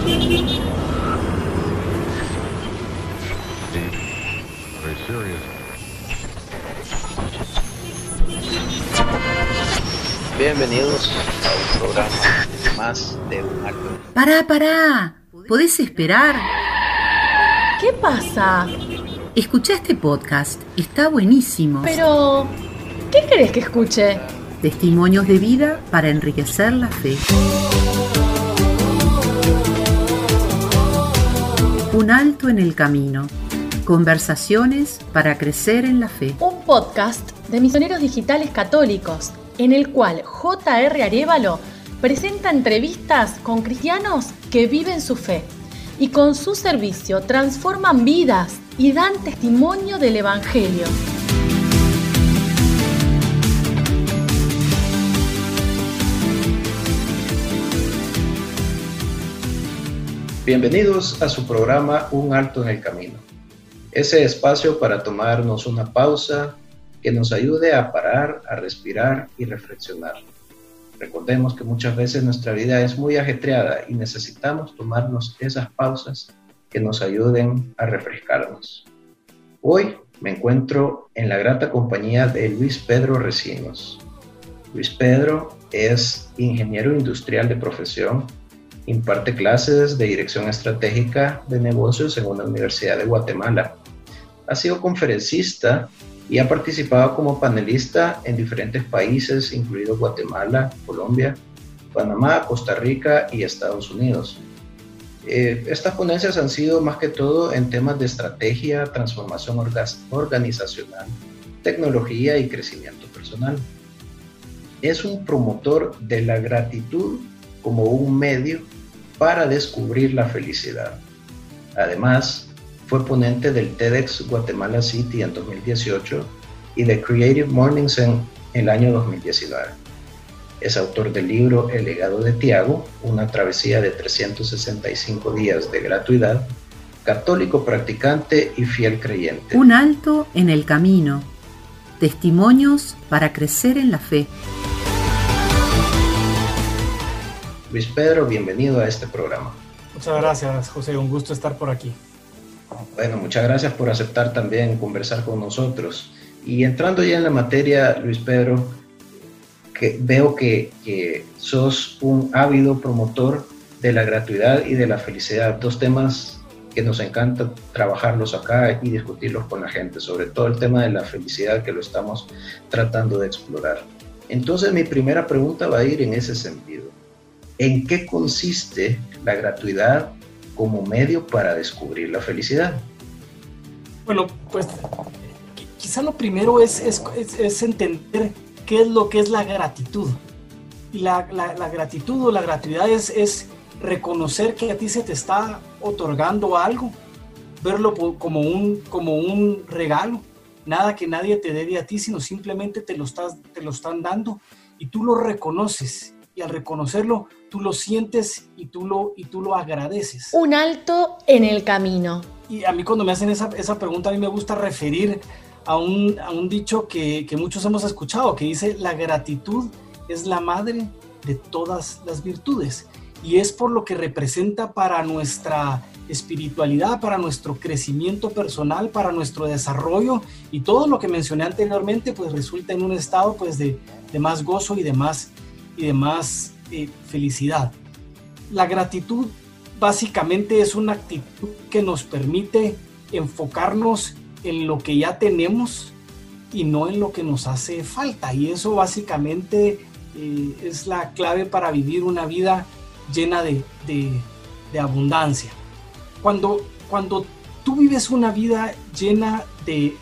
Bienvenidos a un programa más de Un Alto. Pará. ¿Podés esperar? ¿Qué pasa? Escuchá este podcast, está buenísimo. Pero, ¿qué querés que escuche? Testimonios de vida para enriquecer la fe. Un alto en el camino. Conversaciones para crecer en la fe. Un podcast de misioneros digitales católicos, en el cual J.R. Arévalo presenta entrevistas con cristianos que viven su fe y con su servicio transforman vidas y dan testimonio del Evangelio. Bienvenidos a su programa Un Alto en el Camino. Ese espacio para tomarnos una pausa que nos ayude a parar, a respirar y reflexionar. Recordemos que muchas veces nuestra vida es muy ajetreada y necesitamos tomarnos esas pausas que nos ayuden a refrescarnos. Hoy me encuentro en la grata compañía de Luis Pedro Recinos. Luis Pedro es ingeniero industrial de profesión, imparte clases de dirección estratégica de negocios en una universidad de Guatemala. Ha sido conferencista y ha participado como panelista en diferentes países, incluidos Guatemala, Colombia, Panamá, Costa Rica y Estados Unidos. Estas ponencias han sido más que todo en temas de estrategia, transformación organizacional, tecnología y crecimiento personal. Es un promotor de la gratitud como un medio para descubrir la felicidad. Además, fue ponente del TEDx Guatemala City en 2018 y de Creative Mornings en el año 2019. Es autor del libro El legado de Tiago, una travesía de 365 días de gratuidad, católico practicante y fiel creyente. Un alto en el camino. Testimonios para crecer en la fe. Luis Pedro, bienvenido a este programa. Muchas gracias, José. Un gusto estar por aquí. Bueno, muchas gracias por aceptar también conversar con nosotros. Y entrando ya en la materia, Luis Pedro, que veo que sos un ávido promotor de la gratuidad y de la felicidad, dos temas que nos encanta trabajarlos acá y discutirlos con la gente, sobre todo el tema de la felicidad que lo estamos tratando de explorar. Entonces mi primera pregunta va a ir en ese sentido. ¿En qué consiste la gratuidad como medio para descubrir la felicidad? Bueno, pues quizá lo primero es entender qué es lo que es la gratitud. Y la gratitud o la gratuidad es reconocer que a ti se te está otorgando algo, verlo como un regalo, nada que nadie te debe a ti, sino simplemente te lo están dando y tú lo reconoces. Y al reconocerlo, tú lo sientes y tú lo agradeces. Un alto en el camino. Y a mí cuando me hacen esa pregunta, a mí me gusta referir a un dicho que muchos hemos escuchado, que dice: la gratitud es la madre de todas las virtudes. Y es por lo que representa para nuestra espiritualidad, para nuestro crecimiento personal, para nuestro desarrollo, y todo lo que mencioné anteriormente pues resulta en un estado pues de más gozo y de más felicidad. La gratitud básicamente es una actitud que nos permite enfocarnos en lo que ya tenemos y no en lo que nos hace falta, y eso básicamente es la clave para vivir una vida llena de abundancia. Cuando tú vives una vida llena de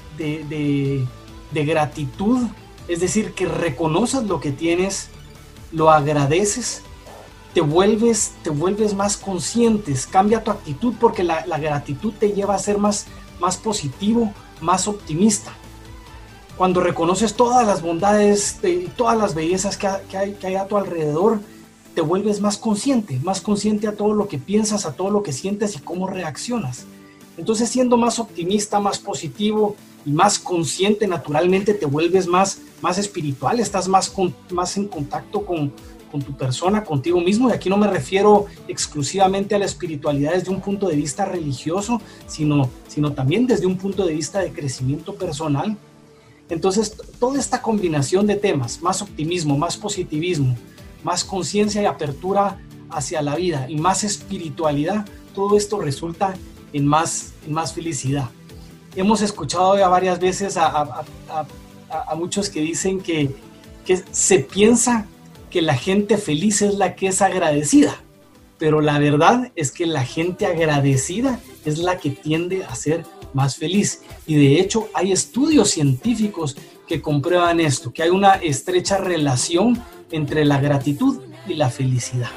gratitud, es decir, que reconoces lo que tienes, lo agradeces, te vuelves más conscientes, cambia tu actitud, porque la gratitud te lleva a ser más positivo, más optimista. Cuando reconoces todas las bondades, todas las bellezas que hay a tu alrededor, te vuelves más consciente a todo lo que piensas, a todo lo que sientes y cómo reaccionas. Entonces, siendo más optimista, más positivo y más consciente, naturalmente te vuelves más espiritual, estás más en contacto con tu persona, contigo mismo. Y aquí no me refiero exclusivamente a la espiritualidad desde un punto de vista religioso, sino también desde un punto de vista de crecimiento personal. Entonces, toda esta combinación de temas, más optimismo, más positivismo, más conciencia y apertura hacia la vida y más espiritualidad, todo esto resulta en más felicidad. Hemos escuchado ya varias veces a muchos que dicen que se piensa que la gente feliz es la que es agradecida, pero la verdad es que la gente agradecida es la que tiende a ser más feliz. Y de hecho hay estudios científicos que comprueban esto, que hay una estrecha relación entre la gratitud y la felicidad.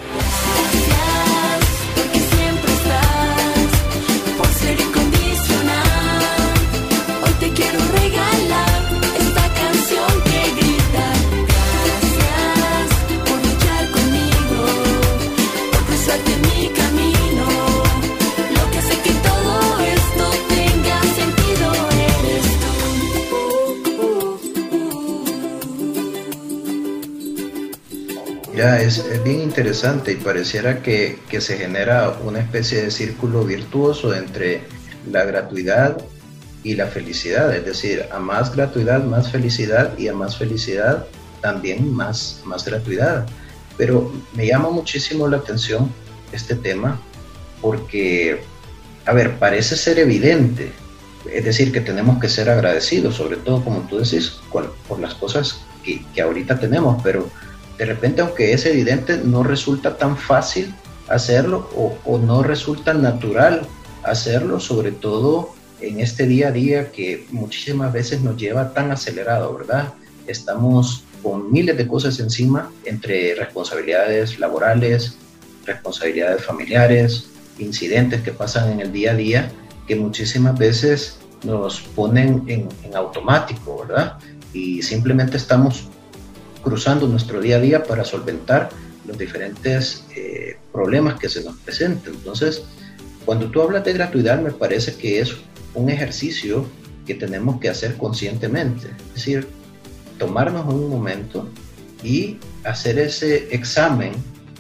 Es bien interesante y pareciera que se genera una especie de círculo virtuoso entre la gratuidad y la felicidad, es decir, a más gratuidad, más felicidad, y a más felicidad también más gratuidad. Pero me llama muchísimo la atención este tema porque, parece ser evidente, es decir, que tenemos que ser agradecidos, sobre todo, como tú decís, por las cosas que ahorita tenemos, pero de repente, aunque es evidente, no resulta tan fácil hacerlo o no resulta natural hacerlo, sobre todo en este día a día que muchísimas veces nos lleva tan acelerado, ¿verdad? Estamos con miles de cosas encima, entre responsabilidades laborales, responsabilidades familiares, incidentes que pasan en el día a día, que muchísimas veces nos ponen en automático, ¿verdad? Y simplemente estamos cruzando nuestro día a día para solventar los diferentes problemas que se nos presentan. Entonces, cuando tú hablas de gratuidad, me parece que es un ejercicio que tenemos que hacer conscientemente. Es decir, tomarnos un momento y hacer ese examen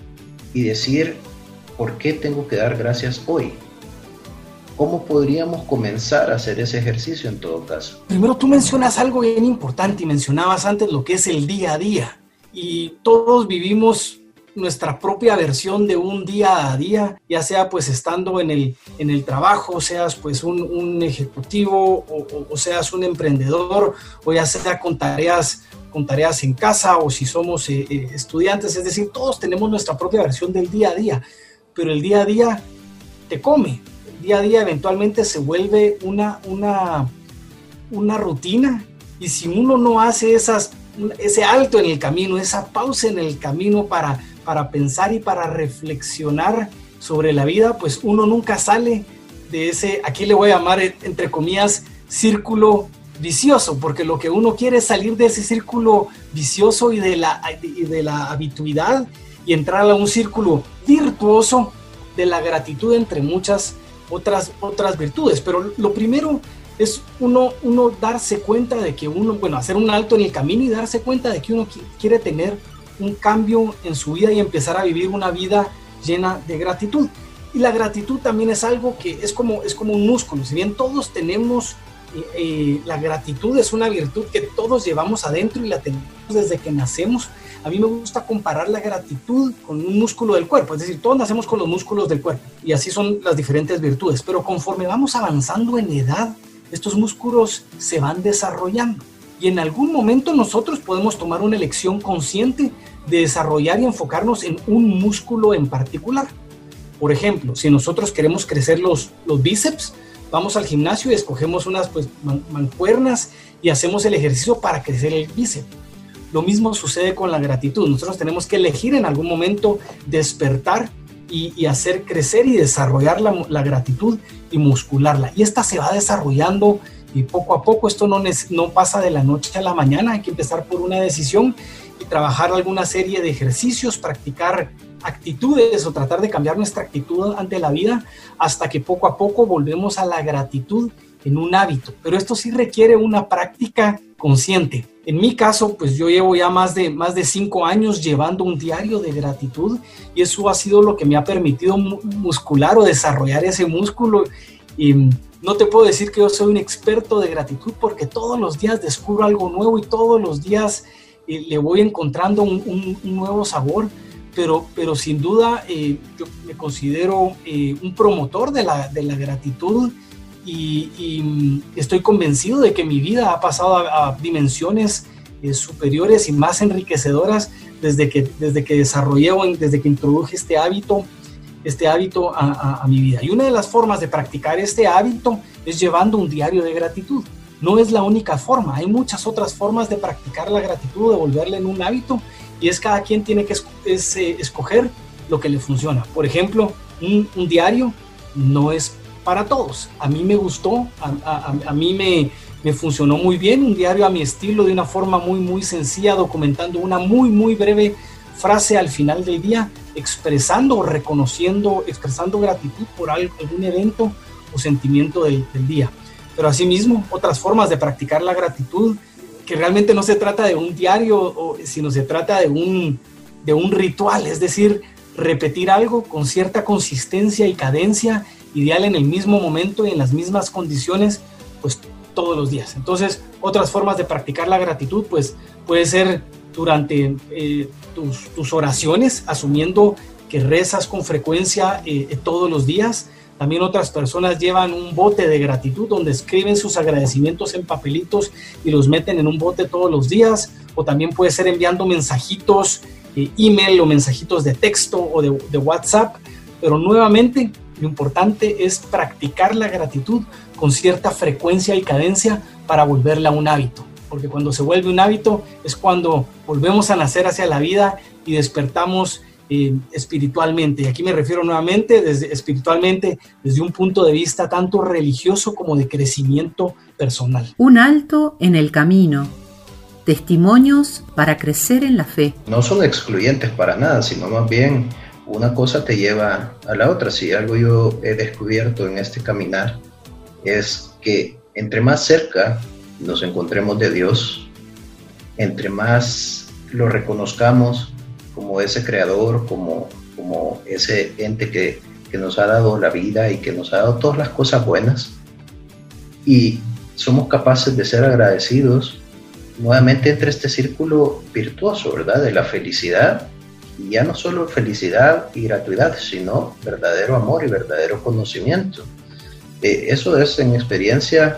y decir, ¿por qué tengo que dar gracias hoy? ¿Cómo podríamos comenzar a hacer ese ejercicio en todo caso? Primero, tú mencionas algo bien importante y mencionabas antes lo que es el día a día. Y todos vivimos nuestra propia versión de un día a día, ya sea pues estando en el trabajo, seas pues un ejecutivo o seas un emprendedor, o ya sea con tareas en casa, o si somos estudiantes. Es decir, todos tenemos nuestra propia versión del día a día, pero el día a día te come. El día a día eventualmente se vuelve una rutina, y si uno no hace ese alto en el camino, esa pausa en el camino para pensar y para reflexionar sobre la vida, pues uno nunca sale de ese, aquí le voy a llamar entre comillas, círculo vicioso, porque lo que uno quiere es salir de ese círculo vicioso y de la habituidad y entrar a un círculo virtuoso de la gratitud, entre muchas otras virtudes. Pero lo primero es uno darse cuenta de que hacer un alto en el camino y darse cuenta de que uno quiere tener un cambio en su vida y empezar a vivir una vida llena de gratitud. Y la gratitud también es algo que es como un músculo. Si bien todos tenemos, la gratitud es una virtud que todos llevamos adentro y la tenemos desde que nacemos. A mí me gusta comparar la gratitud con un músculo del cuerpo, es decir, todos nacemos con los músculos del cuerpo y así son las diferentes virtudes, pero conforme vamos avanzando en edad, estos músculos se van desarrollando y en algún momento nosotros podemos tomar una elección consciente de desarrollar y enfocarnos en un músculo en particular. Por ejemplo, si nosotros queremos crecer los bíceps, vamos al gimnasio y escogemos unas mancuernas y hacemos el ejercicio para crecer el bíceps. Lo mismo sucede con la gratitud. Nosotros tenemos que elegir en algún momento despertar y hacer crecer y desarrollar la gratitud y muscularla. Y esta se va desarrollando y poco a poco. Esto no pasa de la noche a la mañana. Hay que empezar por una decisión y trabajar alguna serie de ejercicios, practicar actitudes o tratar de cambiar nuestra actitud ante la vida hasta que poco a poco volvemos a la gratitud en un hábito, pero esto sí requiere una práctica consciente. En mi caso, pues yo llevo ya más de 5 años llevando un diario de gratitud y eso ha sido lo que me ha permitido muscular o desarrollar ese músculo. Y no te puedo decir que yo soy un experto de gratitud porque todos los días descubro algo nuevo y todos los días le voy encontrando un nuevo sabor, pero sin duda yo me considero un promotor de la gratitud y estoy convencido de que mi vida ha pasado a dimensiones superiores y más enriquecedoras desde que desarrollé desde que introduje este hábito a mi vida. Y una de las formas de practicar este hábito es llevando un diario de gratitud. No es la única forma, hay muchas otras formas de practicar la gratitud, de volverla en un hábito, y es cada quien tiene que escoger lo que le funciona. Por ejemplo, un diario no es para todos. A mí me gustó, a mí me funcionó muy bien, un diario a mi estilo, de una forma muy, muy sencilla, documentando una muy, muy breve frase al final del día, expresando o reconociendo, expresando gratitud por algún evento o sentimiento del día. Pero asimismo, otras formas de practicar la gratitud, que realmente no se trata de un diario, sino se trata de un ritual, es decir, repetir algo con cierta consistencia y cadencia, ideal en el mismo momento y en las mismas condiciones, pues todos los días. Entonces, otras formas de practicar la gratitud, pues puede ser durante tus oraciones, asumiendo que rezas con frecuencia todos los días. También otras personas llevan un bote de gratitud donde escriben sus agradecimientos en papelitos y los meten en un bote todos los días. O también puede ser enviando mensajitos, email o mensajitos de texto o de WhatsApp. Pero nuevamente, lo importante es practicar la gratitud con cierta frecuencia y cadencia para volverla un hábito. Porque cuando se vuelve un hábito es cuando volvemos a nacer hacia la vida y despertamos espiritualmente. Y aquí me refiero nuevamente espiritualmente desde un punto de vista tanto religioso como de crecimiento personal. Un alto en el camino. Testimonios para crecer en la fe. No son excluyentes para nada, sino más bien una cosa te lleva a la otra. Si algo yo he descubierto en este caminar es que entre más cerca nos encontremos de Dios, entre más lo reconozcamos como ese creador, como ese ente que nos ha dado la vida y que nos ha dado todas las cosas buenas, y somos capaces de ser agradecidos, nuevamente entra este círculo virtuoso, ¿verdad? De la felicidad, y ya no solo felicidad y gratuidad, sino verdadero amor y verdadero conocimiento. Eso es en experiencia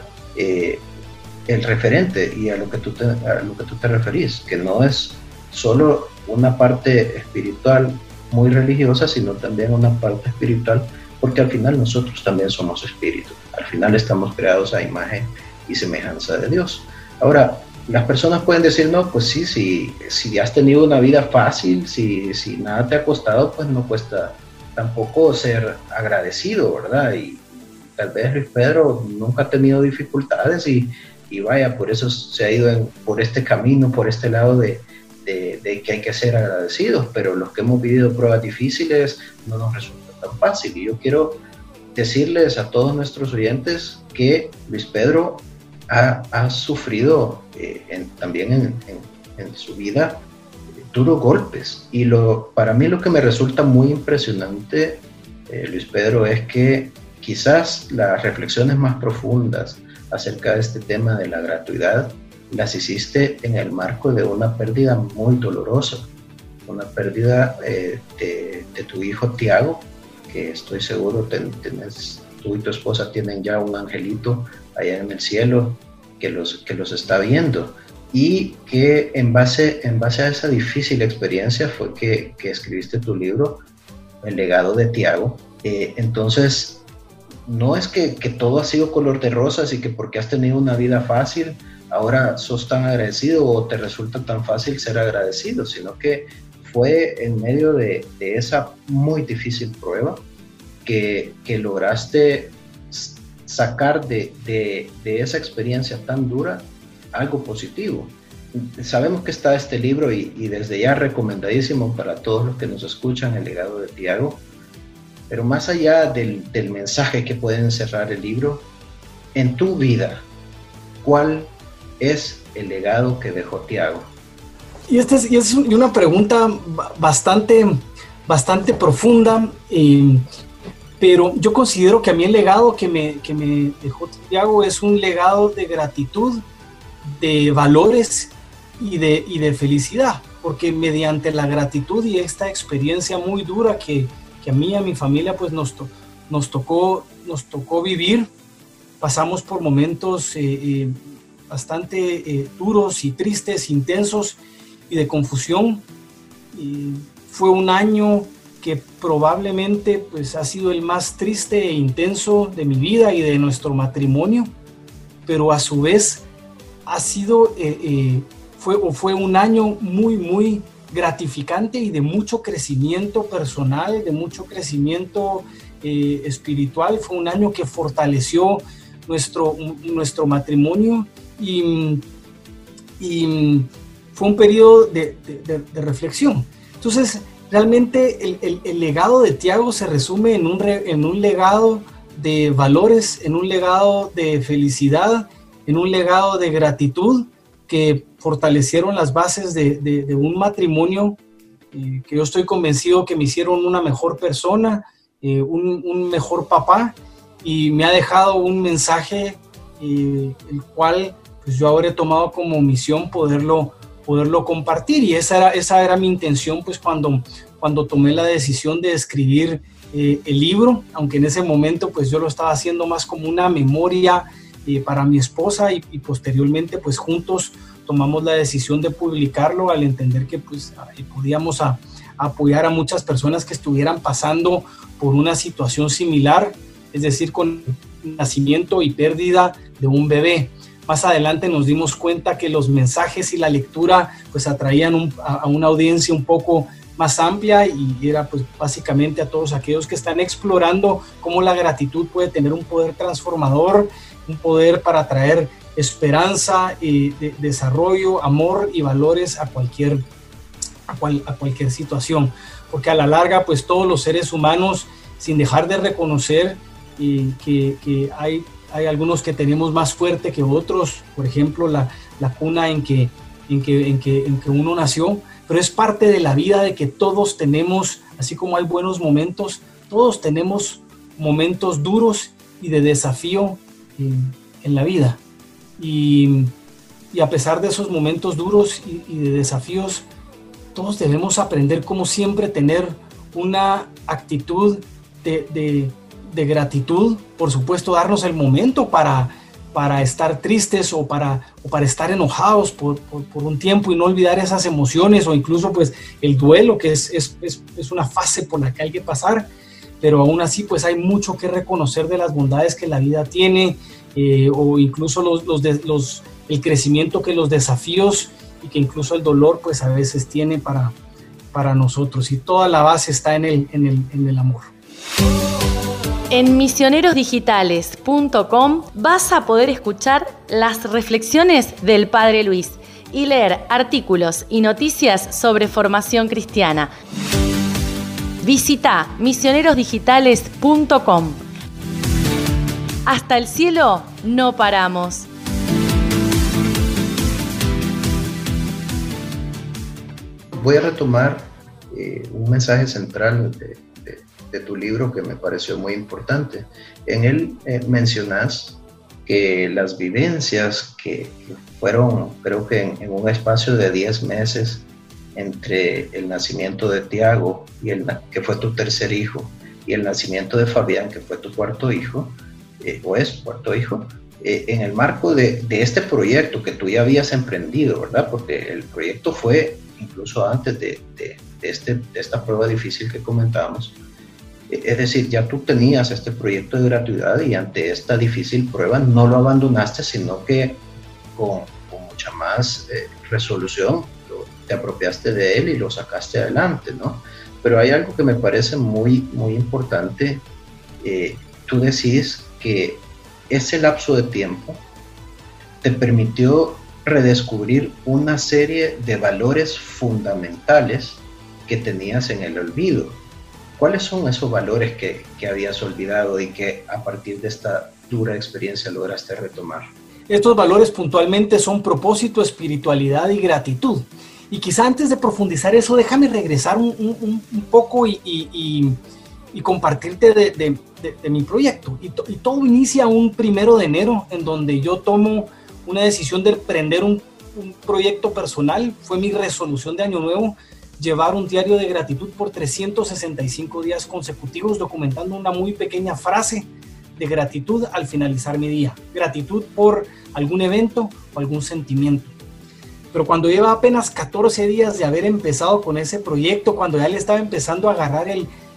el referente y a lo que tú te referís, que no es solo una parte espiritual muy religiosa, sino también una parte espiritual, porque al final nosotros también somos espíritu, al final estamos creados a imagen y semejanza de Dios. Ahora, las personas pueden decir, no, pues sí, si has tenido una vida fácil, si nada te ha costado, pues no cuesta tampoco ser agradecido, ¿verdad? Y tal vez Luis Pedro nunca ha tenido dificultades y vaya, por eso se ha ido por este camino, por este lado de que hay que ser agradecidos, pero los que hemos vivido pruebas difíciles no nos resulta tan fácil. Y yo quiero decirles a todos nuestros oyentes que Luis Pedro ha sufrido también en su vida duros golpes. Y para mí lo que me resulta muy impresionante, Luis Pedro, es que quizás las reflexiones más profundas acerca de este tema de la gratuidad las hiciste en el marco de una pérdida muy dolorosa, una pérdida de tu hijo Tiago, que estoy seguro tú y tu esposa tienen ya un angelito allá en el cielo que los está viendo, y que en base a esa difícil experiencia fue que escribiste tu libro, El legado de Tiago. Entonces, no es que todo ha sido color de rosas y que porque has tenido una vida fácil, ahora sos tan agradecido o te resulta tan fácil ser agradecido, sino que fue en medio de esa muy difícil prueba que lograste sacar de esa experiencia tan dura algo positivo. Sabemos que está este libro y desde ya recomendadísimo para todos los que nos escuchan, El legado de Tiago. Pero más allá del mensaje que puede encerrar el libro, en tu vida, ¿cuál es el legado que dejó Tiago? Y esta es una pregunta bastante profunda, pero yo considero que a mí el legado que me dejó Tiago es un legado de gratitud, de valores y de felicidad, porque mediante la gratitud y esta experiencia muy dura que a mí y a mi familia pues nos tocó vivir, pasamos por momentos bastante duros y tristes, intensos y de confusión. Fue un año que probablemente pues ha sido el más triste e intenso de mi vida y de nuestro matrimonio, pero a su vez ha sido fue un año muy gratificante y de mucho crecimiento personal, de mucho crecimiento espiritual. Fue un año que fortaleció nuestro matrimonio y fue un periodo de reflexión. Entonces, realmente el legado de Tiago se resume en un legado de valores, en un legado de felicidad, en un legado de gratitud que fortalecieron las bases de un matrimonio que yo estoy convencido que me hicieron una mejor persona, un mejor papá, y me ha dejado un mensaje el cual pues yo ahora he tomado como misión poderlo compartir, y esa era mi intención pues cuando tomé la decisión de escribir el libro, aunque en ese momento pues yo lo estaba haciendo más como una memoria para mi esposa, y posteriormente pues juntos tomamos la decisión de publicarlo al entender que pues podíamos apoyar a muchas personas que estuvieran pasando por una situación similar, es decir, con nacimiento y pérdida de un bebé. Más adelante nos dimos cuenta que los mensajes y la lectura pues atraían a una audiencia un poco más amplia, y era pues básicamente a todos aquellos que están explorando cómo la gratitud puede tener un poder transformador, un poder para traer esperanza, desarrollo, amor y valores a cualquier situación, porque a la larga pues todos los seres humanos, sin dejar de reconocer que hay algunos que tenemos más fuerte que otros, por ejemplo la cuna en que uno nació, pero es parte de la vida de que todos tenemos, así como hay buenos momentos, todos tenemos momentos duros y de desafío en la vida, y a pesar de esos momentos duros y de desafíos, todos debemos aprender como siempre tener una actitud de gratitud, por supuesto darnos el momento para estar tristes o para estar enojados por un tiempo y no olvidar esas emociones, o incluso pues el duelo, que es una fase por la que hay que pasar, pero aún así pues hay mucho que reconocer de las bondades que la vida tiene, o incluso el crecimiento que los desafíos y que incluso el dolor pues a veces tiene para nosotros, y toda la base está en el amor. En misionerosdigitales.com vas a poder escuchar las reflexiones del Padre Luis y leer artículos y noticias sobre formación cristiana. Visita misionerosdigitales.com. Hasta el cielo no paramos. Voy a retomar un mensaje central de tu libro que me pareció muy importante. En él mencionas que las vivencias que fueron, creo que en un espacio de 10 meses entre el nacimiento de Tiago, que fue tu tercer hijo, y el nacimiento de Fabián, que fue tu cuarto hijo, o es tu cuarto hijo, en el marco de este proyecto que tú ya habías emprendido, ¿verdad? Porque el proyecto fue incluso antes de esta prueba difícil que comentábamos. Es decir, ya tú tenías este proyecto de gratuidad, y ante esta difícil prueba no lo abandonaste, sino que con mucha más resolución te apropiaste de él y lo sacaste adelante, ¿no? Pero hay algo que me parece muy importante. Tú decís que ese lapso de tiempo te permitió redescubrir una serie de valores fundamentales que tenías en el olvido. ¿Cuáles son esos valores que habías olvidado y que a partir de esta dura experiencia lograste retomar? Estos valores puntualmente son propósito, espiritualidad y gratitud. Y quizá antes de profundizar eso, déjame regresar un poco y compartirte de mi proyecto. Y todo inicia un 1 de enero, en donde yo tomo una decisión de emprender un proyecto personal. Fue mi resolución de año nuevo, llevar un diario de gratitud por 365 días consecutivos, documentando una muy pequeña frase de gratitud al finalizar mi día. Gratitud por algún evento o algún sentimiento. Pero cuando lleva apenas 14 días de haber empezado con ese proyecto, cuando ya le estaba empezando a agarrar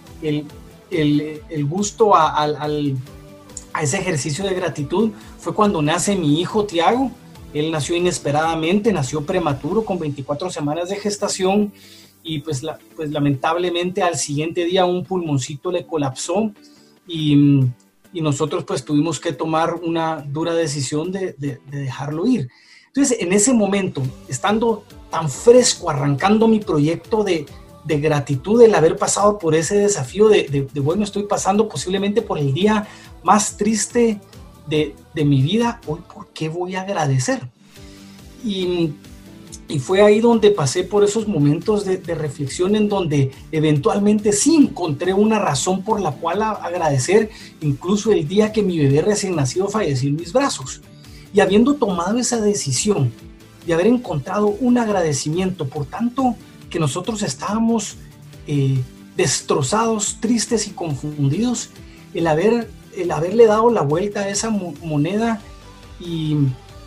el gusto a ese ejercicio de gratitud, fue cuando nace mi hijo Tiago. Él nació inesperadamente, nació prematuro con 24 semanas de gestación y pues lamentablemente al siguiente día un pulmoncito le colapsó y nosotros pues tuvimos que tomar una dura decisión de dejarlo ir. Entonces, en ese momento, estando tan fresco, arrancando mi proyecto de gratitud, el haber pasado por ese desafío bueno, estoy pasando posiblemente por el día más triste de mi vida, hoy, ¿por qué voy a agradecer? Y fue ahí donde pasé por esos momentos de reflexión, en donde eventualmente sí encontré una razón por la cual agradecer, incluso el día que mi bebé recién nacido falleció en mis brazos. Y habiendo tomado esa decisión de haber encontrado un agradecimiento por tanto que nosotros estábamos destrozados, tristes y confundidos, el haberle dado la vuelta a esa moneda y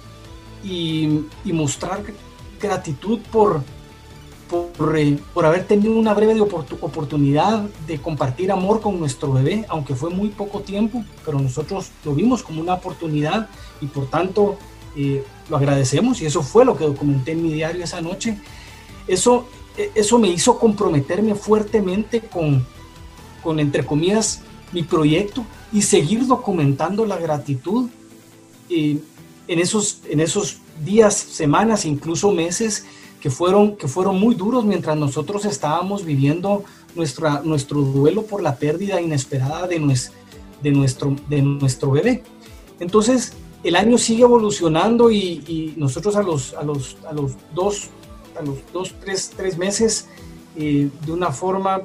mostrar gratitud por haber tenido una breve oportunidad de compartir amor con nuestro bebé, aunque fue muy poco tiempo, pero nosotros lo vimos como una oportunidad y por tanto lo agradecemos, y eso fue lo que documenté en mi diario esa noche. Eso me hizo comprometerme fuertemente con entre comillas, mi proyecto y seguir documentando la gratitud en esos días, semanas, incluso meses que fueron muy duros mientras nosotros estábamos viviendo nuestro duelo por la pérdida inesperada de nuestro bebé. Entonces el año sigue evolucionando y nosotros a los 3 meses de una forma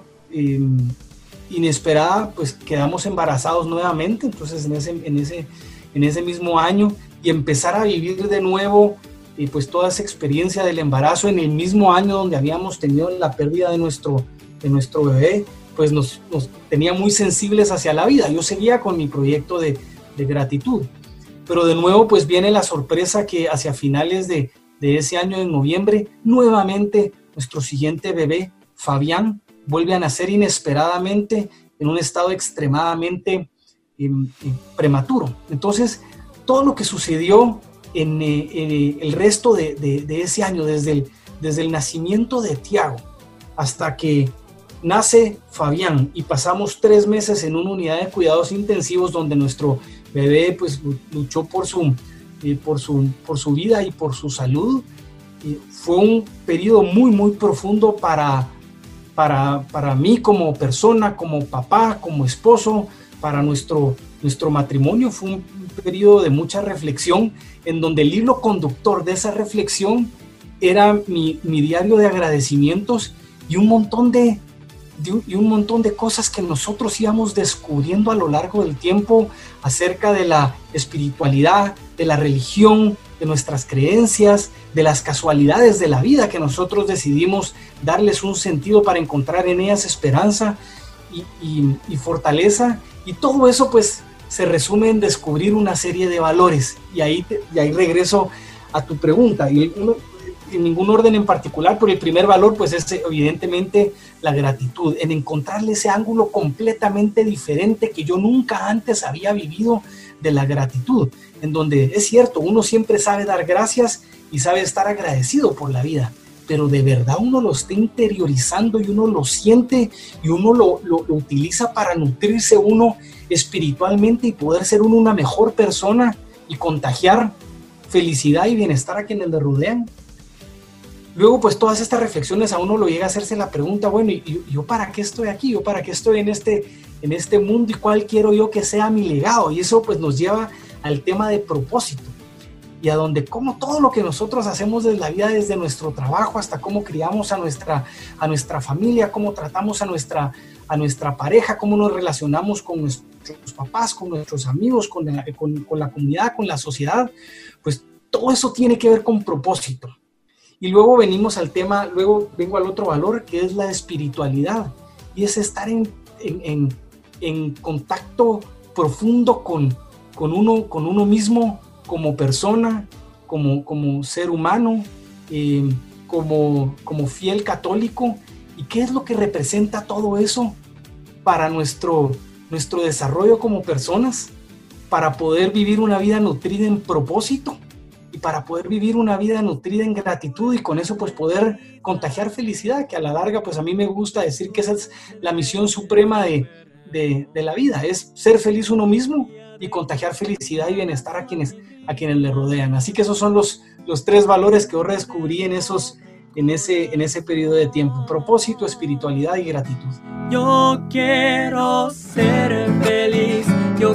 inesperada pues quedamos embarazados nuevamente. Entonces en ese mismo año, y empezar a vivir de nuevo pues toda esa experiencia del embarazo en el mismo año donde habíamos tenido la pérdida de nuestro bebé, pues nos tenía muy sensibles hacia la vida. Yo seguía con mi proyecto de gratitud, pero de nuevo pues viene la sorpresa que hacia finales de ese año, en noviembre, nuevamente nuestro siguiente bebé, Fabián, vuelve a nacer inesperadamente en un estado extremadamente prematuro. Entonces todo lo que sucedió en el resto de ese año, desde el nacimiento de Tiago hasta que nace Fabián y pasamos 3 meses en una unidad de cuidados intensivos donde nuestro bebé pues luchó por su vida y por su salud, fue un periodo muy muy profundo para mí como persona, como papá, como esposo, para nuestro matrimonio. Fue un periodo de mucha reflexión, en donde el hilo conductor de esa reflexión era mi diario de agradecimientos y un montón de cosas que nosotros íbamos descubriendo a lo largo del tiempo acerca de la espiritualidad, de la religión, de nuestras creencias, de las casualidades de la vida, que nosotros decidimos darles un sentido para encontrar en ellas esperanza y fortaleza. Y todo eso pues se resume en descubrir una serie de valores, y ahí regreso a tu pregunta, y en ningún orden en particular, pero el primer valor pues es evidentemente la gratitud, en encontrarle ese ángulo completamente diferente que yo nunca antes había vivido de la gratitud, en donde es cierto, uno siempre sabe dar gracias y sabe estar agradecido por la vida, pero de verdad uno lo está interiorizando y uno lo siente y uno lo utiliza para nutrirse uno espiritualmente y poder ser uno una mejor persona y contagiar felicidad y bienestar a quienes le rodean. luego pues todas estas reflexiones a uno lo llega a hacerse la pregunta, bueno, ¿y yo para qué estoy aquí? ¿Yo para qué estoy en este mundo? ¿Y cuál quiero yo que sea mi legado? Y eso pues nos lleva al tema de propósito, y a donde como todo lo que nosotros hacemos desde la vida, desde nuestro trabajo hasta cómo criamos a nuestra familia, cómo tratamos a nuestra pareja, cómo nos relacionamos con nuestros papás, con nuestros amigos, con la comunidad, con la sociedad, pues todo eso tiene que ver con propósito. Y luego luego vengo al otro valor, que es la espiritualidad, y es estar en contacto profundo con uno mismo, como persona, como ser humano, como fiel católico. ¿Y qué es lo que representa todo eso para nuestro desarrollo como personas? Para poder vivir una vida nutrida en propósito y para poder vivir una vida nutrida en gratitud, y con eso pues poder contagiar felicidad, que a la larga pues a mí me gusta decir que esa es la misión suprema de la vida, es ser feliz uno mismo y contagiar felicidad y bienestar a quienes le rodean. Así que esos son los 3 valores que yo redescubrí en ese periodo de tiempo: propósito, espiritualidad y gratitud. Yo quiero ser feliz,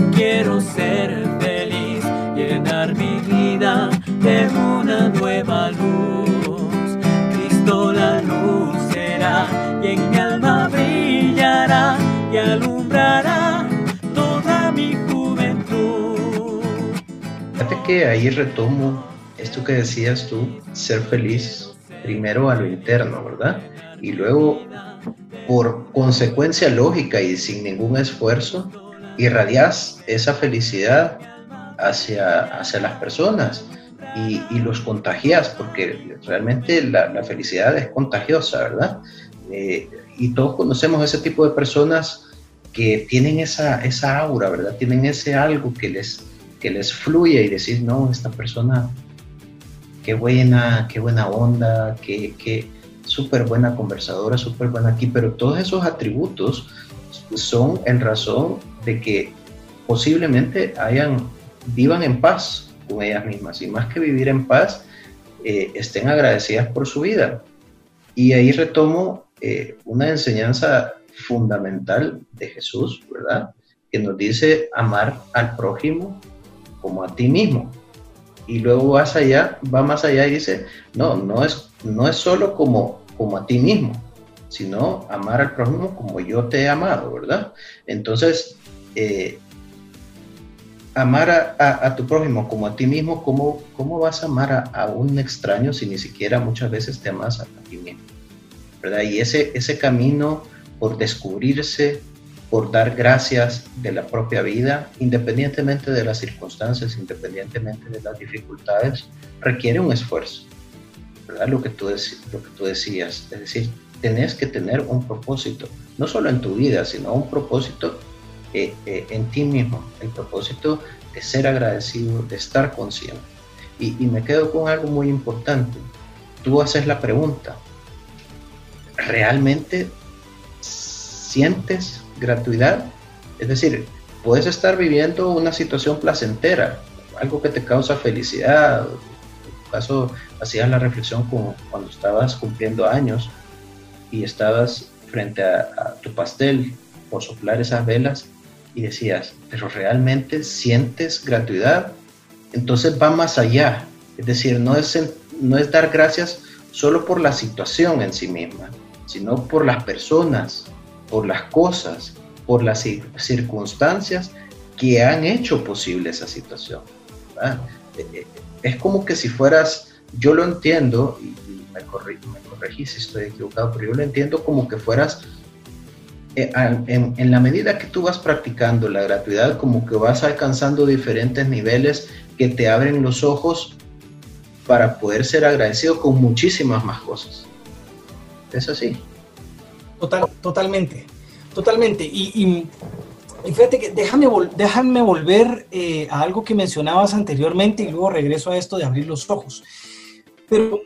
llenar mi vida de una nueva luz. Cristo la luz será, y en mi alma brillará y alumbrará toda mi juventud. Fíjate que ahí retomo esto que decías tú, ser feliz primero a lo interno, ¿verdad? Y luego, por consecuencia lógica y sin ningún esfuerzo, irradias esa felicidad hacia las personas y los contagias, porque realmente la felicidad es contagiosa, ¿verdad? Y todos conocemos ese tipo de personas que tienen esa aura, ¿verdad? Tienen ese algo que les fluye y decir, no, esta persona, qué buena onda, qué súper buena conversadora, súper buena aquí, pero todos esos atributos son en razón de que posiblemente vivan en paz con ellas mismas, y más que vivir en paz, estén agradecidas por su vida. Y ahí retomo una enseñanza fundamental de Jesús, ¿verdad? Que nos dice amar al prójimo como a ti mismo. Y luego va más allá y dice, no es solo como a ti mismo, sino amar al prójimo como yo te he amado, ¿verdad? Entonces, amar a tu prójimo como a ti mismo, ¿cómo vas a amar a un extraño si ni siquiera muchas veces te amas a ti mismo? ¿Verdad? Y ese camino por descubrirse, por dar gracias de la propia vida, independientemente de las circunstancias, independientemente de las dificultades, requiere un esfuerzo, ¿verdad? Lo que tú decías, es decir, tenés que tener un propósito, no solo en tu vida, sino un propósito en ti mismo, el propósito de ser agradecido, de estar consciente. Y me quedo con algo muy importante. Tú haces la pregunta, ¿realmente sientes gratuidad? Es decir, puedes estar viviendo una situación placentera, algo que te causa felicidad. En tu caso, hacías la reflexión cuando estabas cumpliendo años y estabas frente a tu pastel por soplar esas velas y decías, ¿pero realmente sientes gratuidad? Entonces va más allá. Es decir, no es dar gracias solo por la situación en sí misma, sino por las personas, por las cosas, por las circunstancias que han hecho posible esa situación, ¿verdad? Es como que si fueras, yo lo entiendo, y me corregí si estoy equivocado, pero yo lo entiendo como que fueras, en la medida que tú vas practicando la gratuidad, como que vas alcanzando diferentes niveles que te abren los ojos para poder ser agradecido con muchísimas más cosas. ¿Es así? Totalmente. Y fíjate que déjame volver a algo que mencionabas anteriormente y luego regreso a esto de abrir los ojos. Pero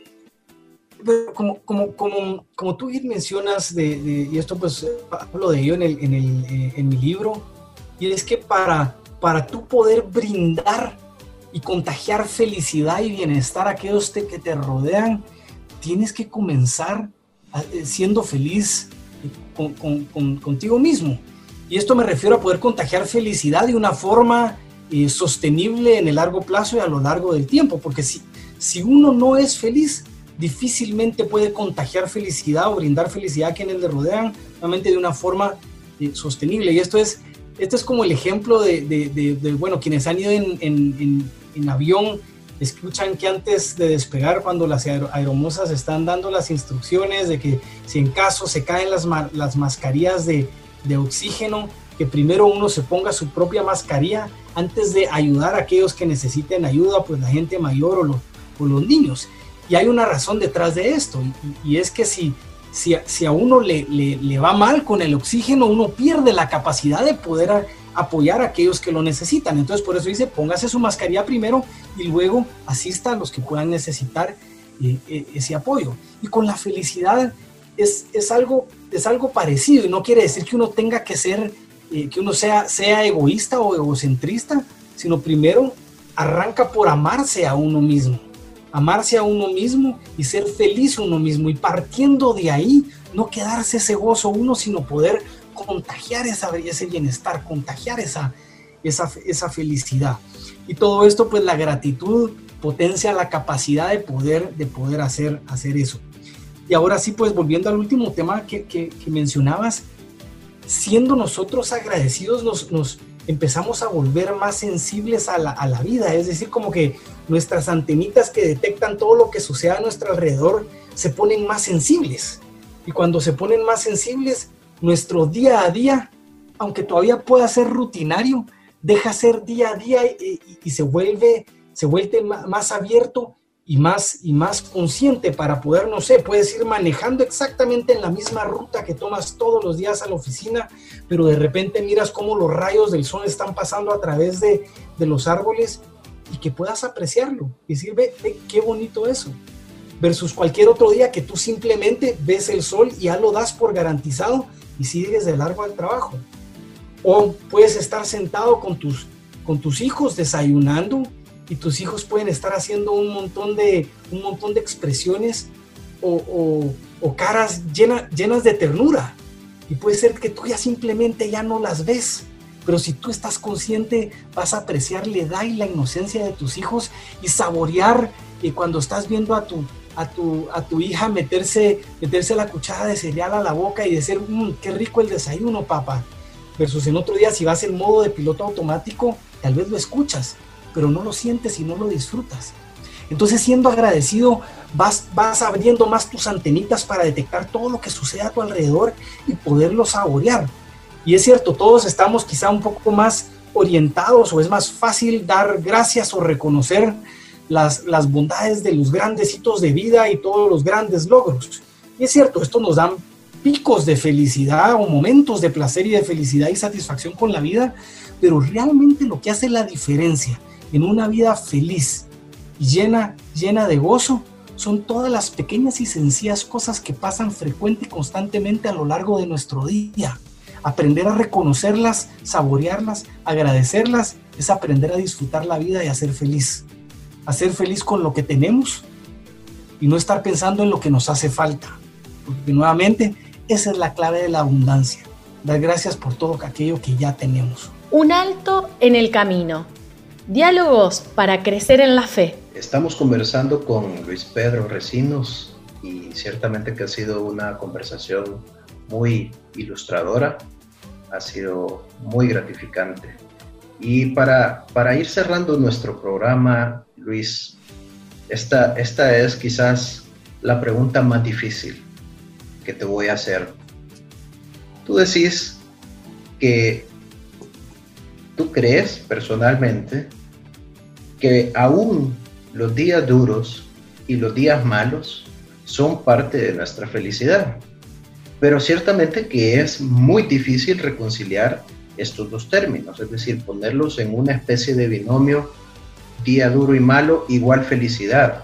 como tú bien mencionas, y esto pues hablo de ello en mi libro, y es que para tú poder brindar y contagiar felicidad y bienestar a aquellos que te rodean, tienes que comenzar siendo feliz contigo mismo. Y esto me refiero a poder contagiar felicidad de una forma sostenible en el largo plazo y a lo largo del tiempo, porque si uno no es feliz, difícilmente puede contagiar felicidad o brindar felicidad a quienes le rodean, realmente de una forma sostenible. Y esto es como el ejemplo de bueno, quienes han ido en avión, escuchan que antes de despegar, cuando las aeromosas están dando las instrucciones de que si en caso se caen las mascarillas de oxígeno, que primero uno se ponga su propia mascarilla antes de ayudar a aquellos que necesiten ayuda, pues la gente mayor o los niños. Y hay una razón detrás de esto, y es que si a uno le va mal con el oxígeno, uno pierde la capacidad de poder apoyar a aquellos que lo necesitan. Entonces por eso dice, póngase su mascarilla primero y luego asista a los que puedan necesitar ese apoyo. Y con la felicidad es algo parecido, y no quiere decir que uno tenga que ser, que uno sea egoísta o egocentrista, sino primero arranca por amarse a uno mismo y ser feliz uno mismo, y partiendo de ahí, no quedarse ese gozo uno, sino poder contagiar ese bienestar, contagiar esa felicidad. Y todo esto, pues la gratitud potencia la capacidad de poder hacer eso. Y ahora sí, pues volviendo al último tema que mencionabas, siendo nosotros agradecidos nos empezamos a volver más sensibles a la vida, es decir, como que nuestras antenitas que detectan todo lo que sucede a nuestro alrededor se ponen más sensibles, y cuando se ponen más sensibles, nuestro día a día, aunque todavía pueda ser rutinario, deja ser día a día y se vuelve más abierto y más consciente para poder, no sé, puedes ir manejando exactamente en la misma ruta que tomas todos los días a la oficina, pero de repente miras cómo los rayos del sol están pasando a través de los árboles, y que puedas apreciarlo y decir, ve qué bonito eso, versus cualquier otro día que tú simplemente ves el sol y ya lo das por garantizado y sigues de largo al trabajo. O puedes estar sentado con tus hijos desayunando, y tus hijos pueden estar haciendo un montón de expresiones o caras llenas de ternura, y puede ser que tú ya simplemente ya no las ves, pero si tú estás consciente vas a apreciar la edad y la inocencia de tus hijos y saborear cuando estás viendo a tu hija meterse la cuchara de cereal a la boca y decir, qué rico el desayuno, papá, versus en otro día si vas en modo de piloto automático, tal vez lo escuchas, pero no lo sientes y no lo disfrutas. Entonces, siendo agradecido, vas abriendo más tus antenitas para detectar todo lo que sucede a tu alrededor y poderlo saborear. Y es cierto, todos estamos quizá un poco más orientados, o es más fácil dar gracias o reconocer las bondades de los grandes hitos de vida y todos los grandes logros. Y es cierto, esto nos da picos de felicidad o momentos de placer y de felicidad y satisfacción con la vida, pero realmente lo que hace la diferencia en una vida feliz y llena de gozo son todas las pequeñas y sencillas cosas que pasan frecuente y constantemente a lo largo de nuestro día. Aprender a reconocerlas, saborearlas, agradecerlas, es aprender a disfrutar la vida y a ser feliz. A ser feliz con lo que tenemos y no estar pensando en lo que nos hace falta. Porque nuevamente, esa es la clave de la abundancia. Dar gracias por todo aquello que ya tenemos. Un alto en el camino. Diálogos para crecer en la fe. Estamos conversando con Luis Pedro Recinos, y ciertamente que ha sido una conversación muy ilustradora, ha sido muy gratificante. Y para ir cerrando nuestro programa, Luis, esta es quizás la pregunta más difícil que te voy a hacer. Tú decís que tú crees personalmente que aún los días duros y los días malos son parte de nuestra felicidad, pero ciertamente que es muy difícil reconciliar estos dos términos, es decir, ponerlos en una especie de binomio, día duro y malo igual felicidad.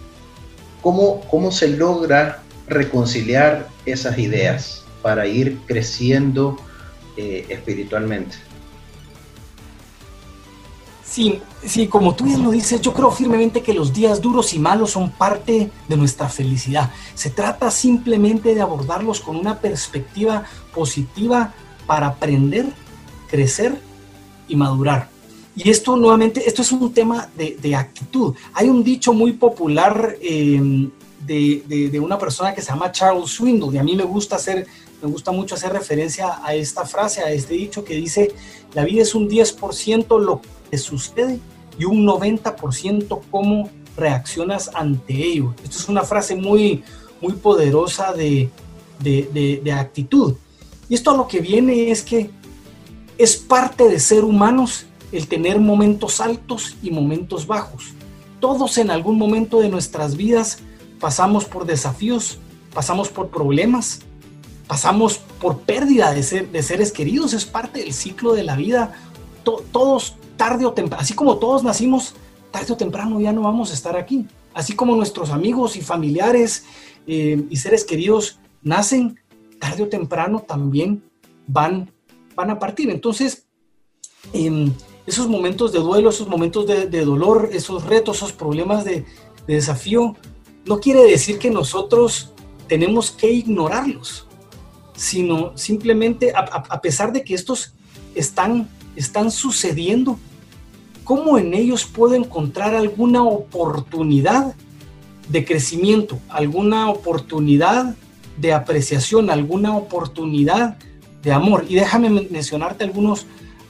¿Cómo se logra reconciliar esas ideas para ir creciendo espiritualmente? Sí, sí, como tú bien lo dices, yo creo firmemente que los días duros y malos son parte de nuestra felicidad. Se trata simplemente de abordarlos con una perspectiva positiva para aprender, crecer y madurar. Y esto nuevamente, esto es un tema de actitud. Hay un dicho muy popular de una persona que se llama Charles Swindoll, y a mí me gusta mucho hacer referencia a esta frase, a este dicho que dice: la vida es un 10% lo que sucede y un 90% cómo reaccionas ante ello. Esto es una frase muy, muy poderosa de actitud. Y esto a lo que viene es que es parte de ser humanos el tener momentos altos y momentos bajos. Todos en algún momento de nuestras vidas pasamos por desafíos, pasamos por problemas, pasamos por pérdida de seres queridos. Es parte del ciclo de la vida. Todos tarde o temprano, así como todos nacimos, tarde o temprano ya no vamos a estar aquí. Así como nuestros amigos y familiares y seres queridos nacen, tarde o temprano también van a partir. Entonces, esos momentos de duelo, esos momentos de dolor, esos retos, esos problemas de desafío, no quiere decir que nosotros tenemos que ignorarlos, sino simplemente, a pesar de que estos están sucediendo, ¿cómo en ellos puedo encontrar alguna oportunidad de crecimiento, alguna oportunidad de apreciación, alguna oportunidad de amor? Y déjame mencionarte algunos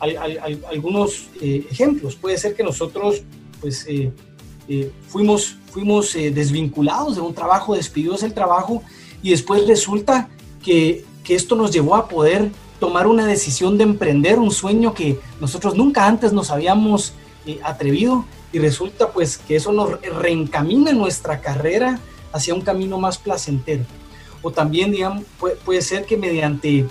ejemplos. Puede ser que nosotros pues, fuimos desvinculados de un trabajo, despedidos del trabajo, y después resulta que esto nos llevó a poder tomar una decisión de emprender un sueño que nosotros nunca antes nos habíamos atrevido, y resulta pues que eso nos reencamina nuestra carrera hacia un camino más placentero. O también, digamos, puede ser que mediante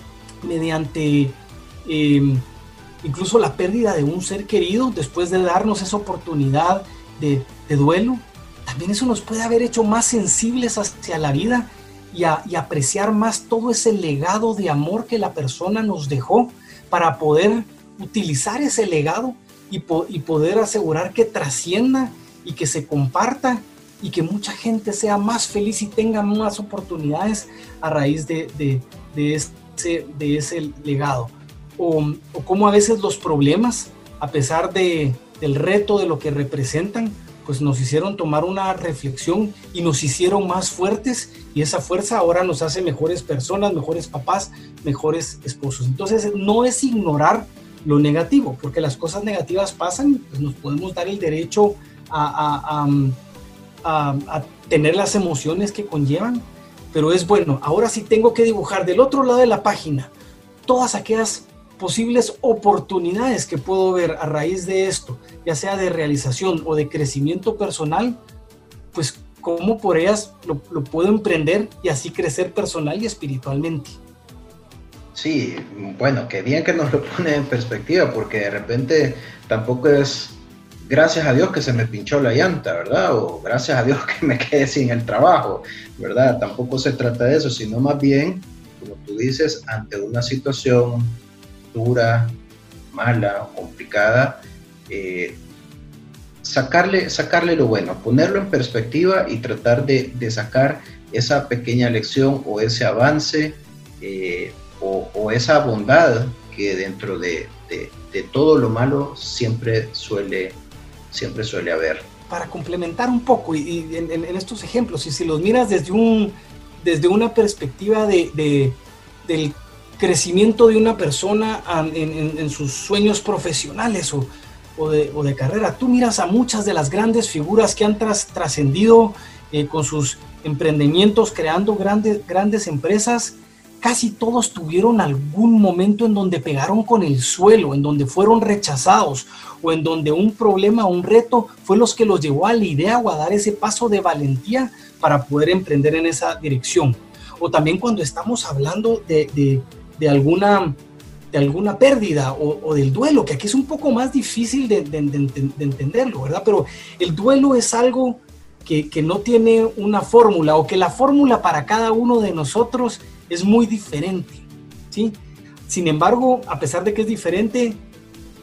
incluso la pérdida de un ser querido, después de darnos esa oportunidad de duelo, también eso nos puede haber hecho más sensibles hacia la vida y apreciar más todo ese legado de amor que la persona nos dejó, para poder utilizar ese legado y poder asegurar que trascienda y que se comparta y que mucha gente sea más feliz y tenga más oportunidades a raíz de ese legado. O cómo a veces los problemas, a pesar del reto de lo que representan, pues nos hicieron tomar una reflexión y nos hicieron más fuertes, y esa fuerza ahora nos hace mejores personas, mejores papás, mejores esposos. Entonces no es ignorar lo negativo, porque las cosas negativas pasan, pues nos podemos dar el derecho a tener las emociones que conllevan, pero es bueno. Ahora sí tengo que dibujar del otro lado de la página todas aquellas posibles oportunidades que puedo ver a raíz de esto, ya sea de realización o de crecimiento personal, pues cómo por ellas lo puedo emprender y así crecer personal y espiritualmente. Sí, bueno, qué bien que nos lo pone en perspectiva, porque de repente tampoco es gracias a Dios que se me pinchó la llanta, ¿verdad? O gracias a Dios que me quedé sin el trabajo, ¿verdad? Tampoco se trata de eso, sino más bien, como tú dices, ante una situación dura, mala, complicada, sacarle lo bueno, ponerlo en perspectiva y tratar de sacar esa pequeña lección o ese avance o esa bondad que dentro de todo lo malo siempre suele haber. Para complementar un poco y en estos ejemplos, y si los miras desde una perspectiva del crecimiento de una persona en sus sueños profesionales o de carrera, tú miras a muchas de las grandes figuras que han trascendido con sus emprendimientos, creando grandes empresas. Casi todos tuvieron algún momento en donde pegaron con el suelo, en donde fueron rechazados, o en donde un problema, un reto fue los que los llevó a la idea o a dar ese paso de valentía para poder emprender en esa dirección. O también cuando estamos hablando de alguna pérdida o del duelo, que aquí es un poco más difícil de entenderlo, ¿verdad? Pero el duelo es algo que no tiene una fórmula, o que la fórmula para cada uno de nosotros es muy diferente, ¿sí? Sin embargo, a pesar de que es diferente,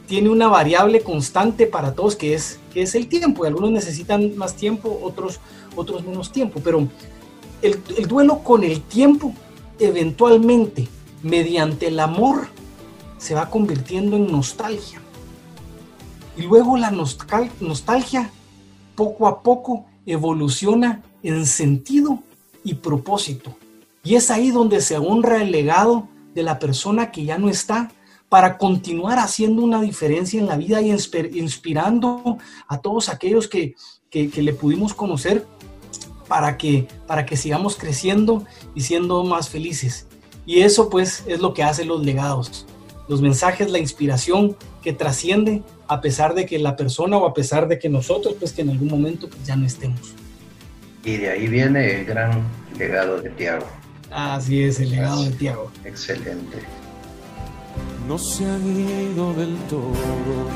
tiene una variable constante para todos que es el tiempo. Y algunos necesitan más tiempo, otros menos tiempo. Pero el duelo con el tiempo, eventualmente, mediante el amor, se va convirtiendo en nostalgia. Y luego la nostalgia, poco a poco, evoluciona en sentido y propósito. Y es ahí donde se honra el legado de la persona que ya no está, para continuar haciendo una diferencia en la vida y inspirando a todos aquellos que le pudimos conocer para que sigamos creciendo y siendo más felices. Y eso pues es lo que hacen los legados, los mensajes, la inspiración que trasciende a pesar de que la persona o a pesar de que nosotros pues que en algún momento pues, ya no estemos. Y de ahí viene el gran legado de Tiago. Así es, el legado de Tiago. Excelente. No se han ido del todo,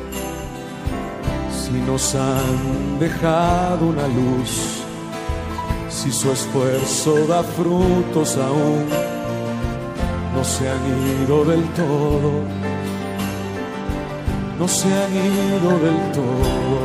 si nos han dejado una luz, si su esfuerzo da frutos aún, no se han ido del todo, no se han ido del todo,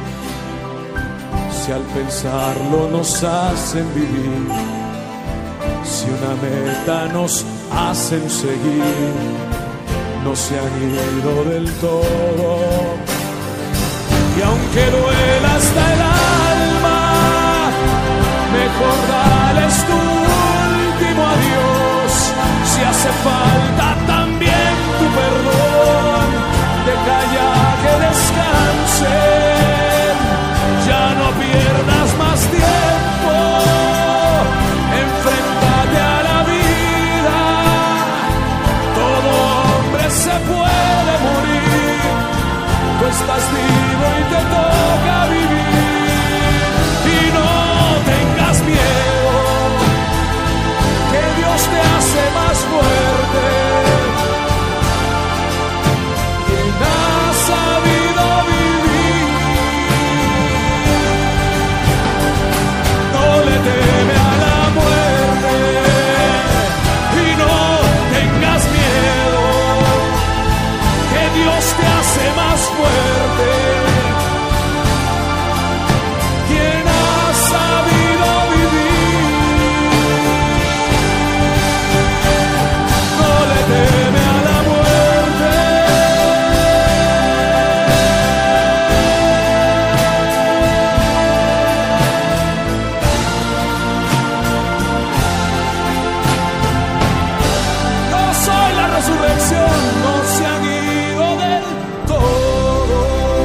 si al pensarlo nos hacen vivir, si una meta nos hacen seguir, no se han ido del todo. Y aunque duela hasta el alma, mejor dales tu último adiós. Si hace falta también tu perdón, deja ya que descansen, ya no pierdas más tiempo, enfréntate a la vida, todo hombre se puede morir, tú estás vivo y te toca vivir, y no tengas miedo, que Dios te hace más fuerte, quien ha sabido vivir, no le teme a la muerte, y no tengas miedo, que Dios te hace más fuerte, quien ha sabido vivir, no le teme a la muerte. Yo soy la resurrección, no se han ido del todo.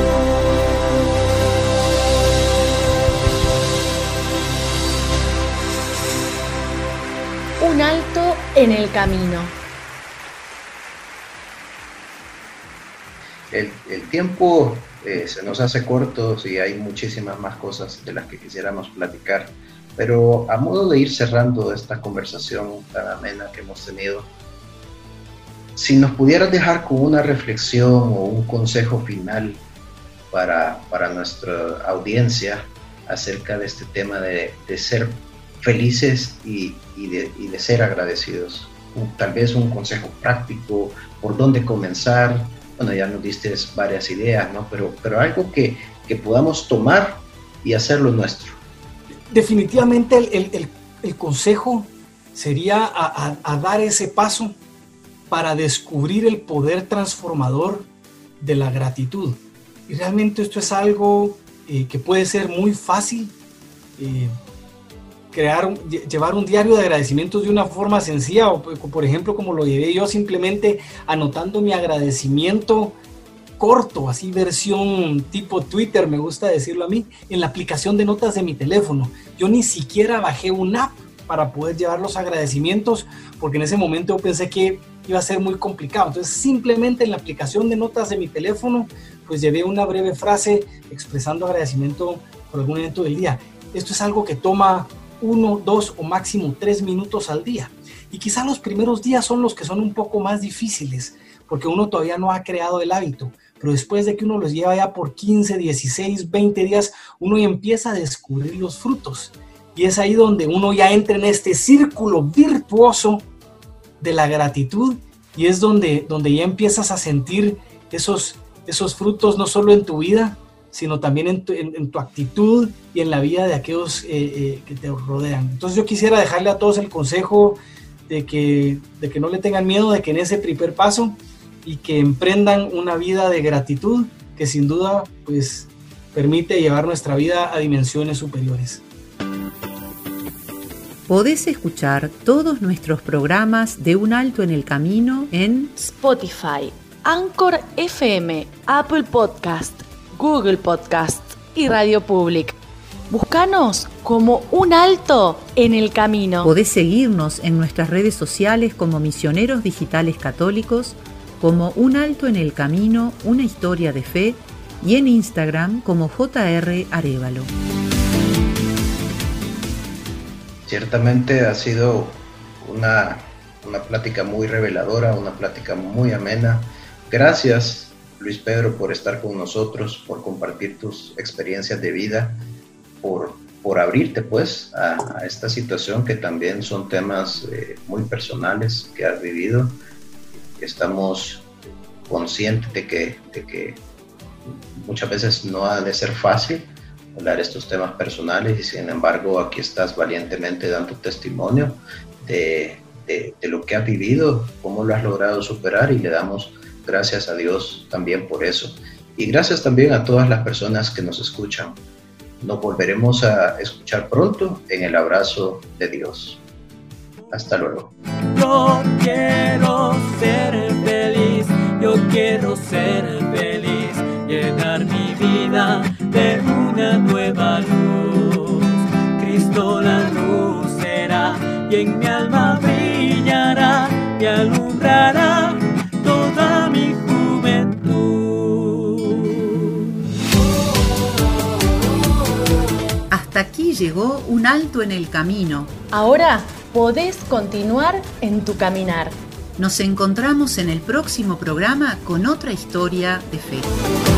Un alto en el camino. El tiempo se nos hace corto y hay muchísimas más cosas de las que quisiéramos platicar, pero a modo de ir cerrando esta conversación tan amena que hemos tenido, si nos pudieras dejar con una reflexión o un consejo final para nuestra audiencia acerca de este tema de ser felices y de ser agradecidos, tal vez un consejo práctico, por dónde comenzar. Bueno, ya nos diste varias ideas, ¿no? Pero algo que podamos tomar y hacerlo nuestro. Definitivamente el consejo sería a dar ese paso para descubrir el poder transformador de la gratitud. Y realmente esto es algo que puede ser muy fácil. Llevar un diario de agradecimientos de una forma sencilla, o por ejemplo como lo llevé yo, simplemente anotando mi agradecimiento corto, así versión tipo Twitter, me gusta decirlo a mí, en la aplicación de notas de mi teléfono. Yo ni siquiera bajé una app para poder llevar los agradecimientos, porque en ese momento yo pensé que iba a ser muy complicado. Entonces simplemente en la aplicación de notas de mi teléfono pues llevé una breve frase expresando agradecimiento por algún evento del día. Esto es algo que toma 1, 2 o máximo 3 minutos al día. Y quizá los primeros días son los que son un poco más difíciles, porque uno todavía no ha creado el hábito. Pero después de que uno los lleva ya por 15, 16, 20 días, uno ya empieza a descubrir los frutos. Y es ahí donde uno ya entra en este círculo virtuoso de la gratitud, y es donde ya empiezas a sentir esos frutos no solo en tu vida, sino también en tu actitud y en la vida de aquellos que te rodean. Entonces yo quisiera dejarle a todos el consejo de que no le tengan miedo, de que en ese primer paso y que emprendan una vida de gratitud que sin duda pues permite llevar nuestra vida a dimensiones superiores. Podés escuchar todos nuestros programas de Un Alto en el Camino en Spotify, Anchor FM, Apple Podcast, Google Podcast y Radio Public. Búscanos como Un Alto en el Camino. Podés seguirnos en nuestras redes sociales como Misioneros Digitales Católicos, como Un Alto en el Camino, una historia de fe, y en Instagram como JR Arévalo. Ciertamente ha sido una plática muy reveladora, una plática muy amena. Gracias, Luis Pedro, por estar con nosotros, por compartir tus experiencias de vida, por abrirte pues a esta situación que también son temas muy personales que has vivido. Estamos conscientes de que muchas veces no ha de ser fácil hablar estos temas personales y sin embargo aquí estás valientemente dando testimonio de lo que has vivido, cómo lo has logrado superar, y le damos gracias a Dios también por eso. Y gracias también a todas las personas que nos escuchan. Nos volveremos a escuchar pronto en el abrazo de Dios. Hasta luego. Yo quiero ser feliz, yo quiero ser feliz, llenar mi vida de una nueva luz. Cristo la luz será y en mi alma brillará y alumbrará toda mi juventud. Hasta aquí llegó Un Alto en el Camino. Ahora podés continuar en tu caminar. Nos encontramos en el próximo programa con otra historia de fe.